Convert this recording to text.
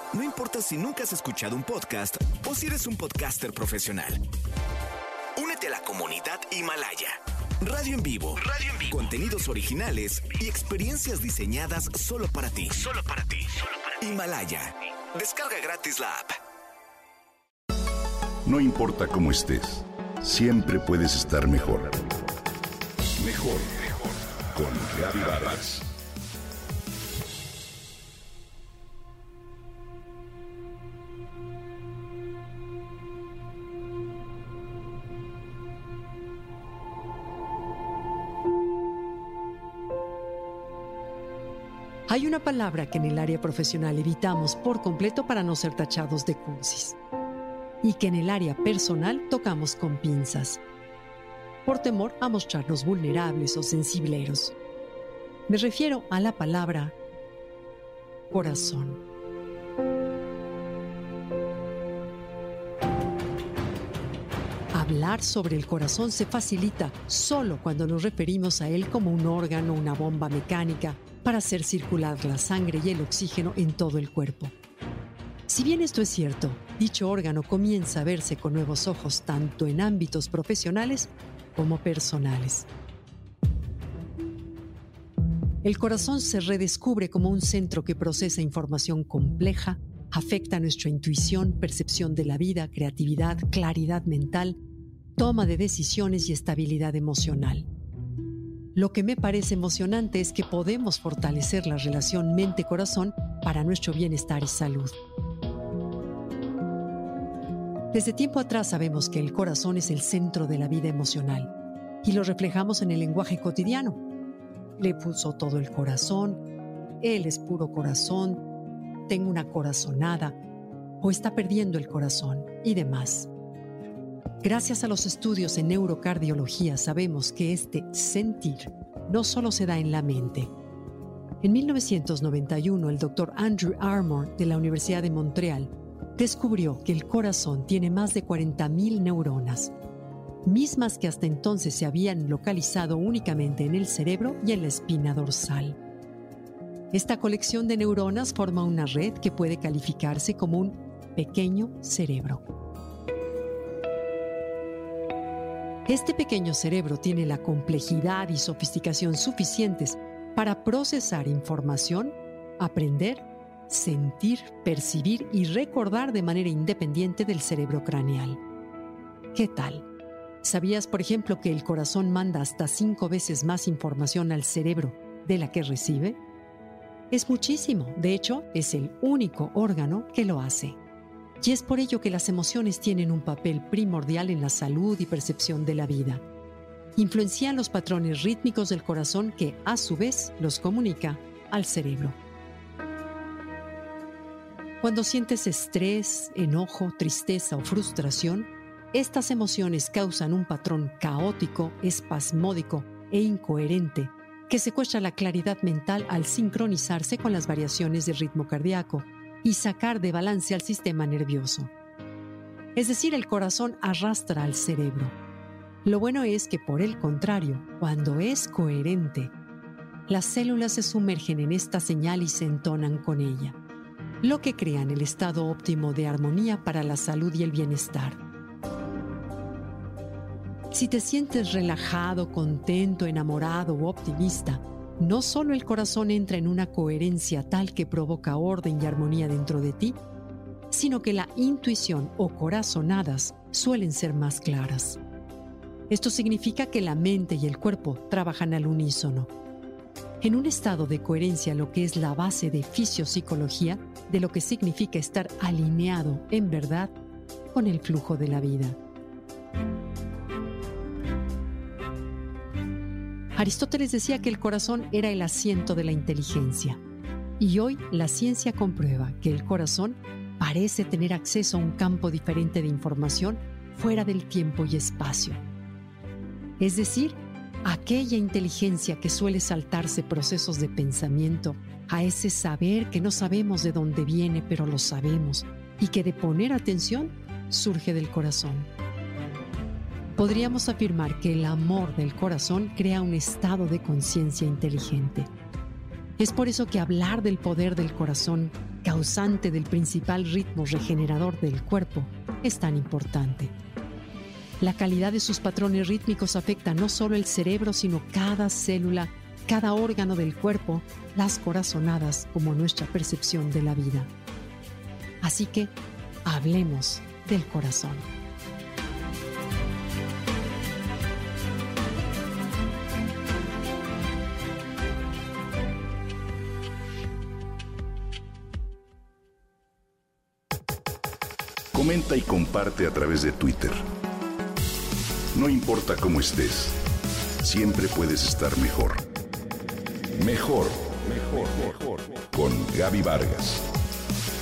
No importa si nunca has escuchado un podcast o si eres un podcaster profesional. Únete a la comunidad Himalaya. Radio en vivo. Contenidos originales y experiencias diseñadas solo para ti. Himalaya. Descarga gratis la app. No importa cómo estés, siempre puedes estar mejor. Mejor con Gaby Vargas. Hay una palabra que en el área profesional evitamos por completo para no ser tachados de cursis, y que en el área personal tocamos con pinzas, por temor a mostrarnos vulnerables o sensibleros. Me refiero a la palabra corazón. Hablar sobre el corazón se facilita solo cuando nos referimos a él como un órgano, una bomba mecánica, para hacer circular la sangre y el oxígeno en todo el cuerpo. Si bien esto es cierto, dicho órgano comienza a verse con nuevos ojos tanto en ámbitos profesionales como personales. El corazón se redescubre como un centro que procesa información compleja, afecta nuestra intuición, percepción de la vida, creatividad, claridad mental, toma de decisiones y estabilidad emocional. Lo que me parece emocionante es que podemos fortalecer la relación mente-corazón para nuestro bienestar y salud. Desde tiempo atrás sabemos que el corazón es el centro de la vida emocional y lo reflejamos en el lenguaje cotidiano. Le puso todo el corazón, él es puro corazón, tengo una corazonada o está perdiendo el corazón y demás. Gracias a los estudios en neurocardiología sabemos que este sentir no solo se da en la mente. En 1991, el Dr. Andrew Armour de la Universidad de Montreal descubrió que el corazón tiene más de 40,000 neuronas, mismas que hasta entonces se habían localizado únicamente en el cerebro y en la espina dorsal. Esta colección de neuronas forma una red que puede calificarse como un pequeño cerebro. Este pequeño cerebro tiene la complejidad y sofisticación suficientes para procesar información, aprender, sentir, percibir y recordar de manera independiente del cerebro craneal. ¿Qué tal? ¿Sabías, por ejemplo, que el corazón manda hasta 5 veces más información al cerebro de la que recibe? Es muchísimo. De hecho, es el único órgano que lo hace. Y es por ello que las emociones tienen un papel primordial en la salud y percepción de la vida. Influencian los patrones rítmicos del corazón que, a su vez, los comunica al cerebro. Cuando sientes estrés, enojo, tristeza o frustración, estas emociones causan un patrón caótico, espasmódico e incoherente que secuestra la claridad mental al sincronizarse con las variaciones del ritmo cardíaco y sacar de balance al sistema nervioso. Es decir, el corazón arrastra al cerebro. Lo bueno es que, por el contrario, cuando es coherente, las células se sumergen en esta señal y se entonan con ella, lo que crea el estado óptimo de armonía para la salud y el bienestar. Si te sientes relajado, contento, enamorado u optimista, no solo el corazón entra en una coherencia tal que provoca orden y armonía dentro de ti, sino que la intuición o corazonadas suelen ser más claras. Esto significa que la mente y el cuerpo trabajan al unísono, en un estado de coherencia, lo que es la base de fisiopsicología de lo que significa estar alineado en verdad con el flujo de la vida. Aristóteles decía que el corazón era el asiento de la inteligencia, y hoy la ciencia comprueba que el corazón parece tener acceso a un campo diferente de información fuera del tiempo y espacio. Es decir, aquella inteligencia que suele saltarse procesos de pensamiento, a ese saber que no sabemos de dónde viene, pero lo sabemos, y que de poner atención surge del corazón. Podríamos afirmar que el amor del corazón crea un estado de conciencia inteligente. Es por eso que hablar del poder del corazón, causante del principal ritmo regenerador del cuerpo, es tan importante. La calidad de sus patrones rítmicos afecta no solo el cerebro, sino cada célula, cada órgano del cuerpo, las corazonadas como nuestra percepción de la vida. Así que, hablemos del corazón. Comenta y comparte a través de Twitter. No importa cómo estés, siempre puedes estar mejor. Mejor, mejor, mejor. Con Gaby Vargas.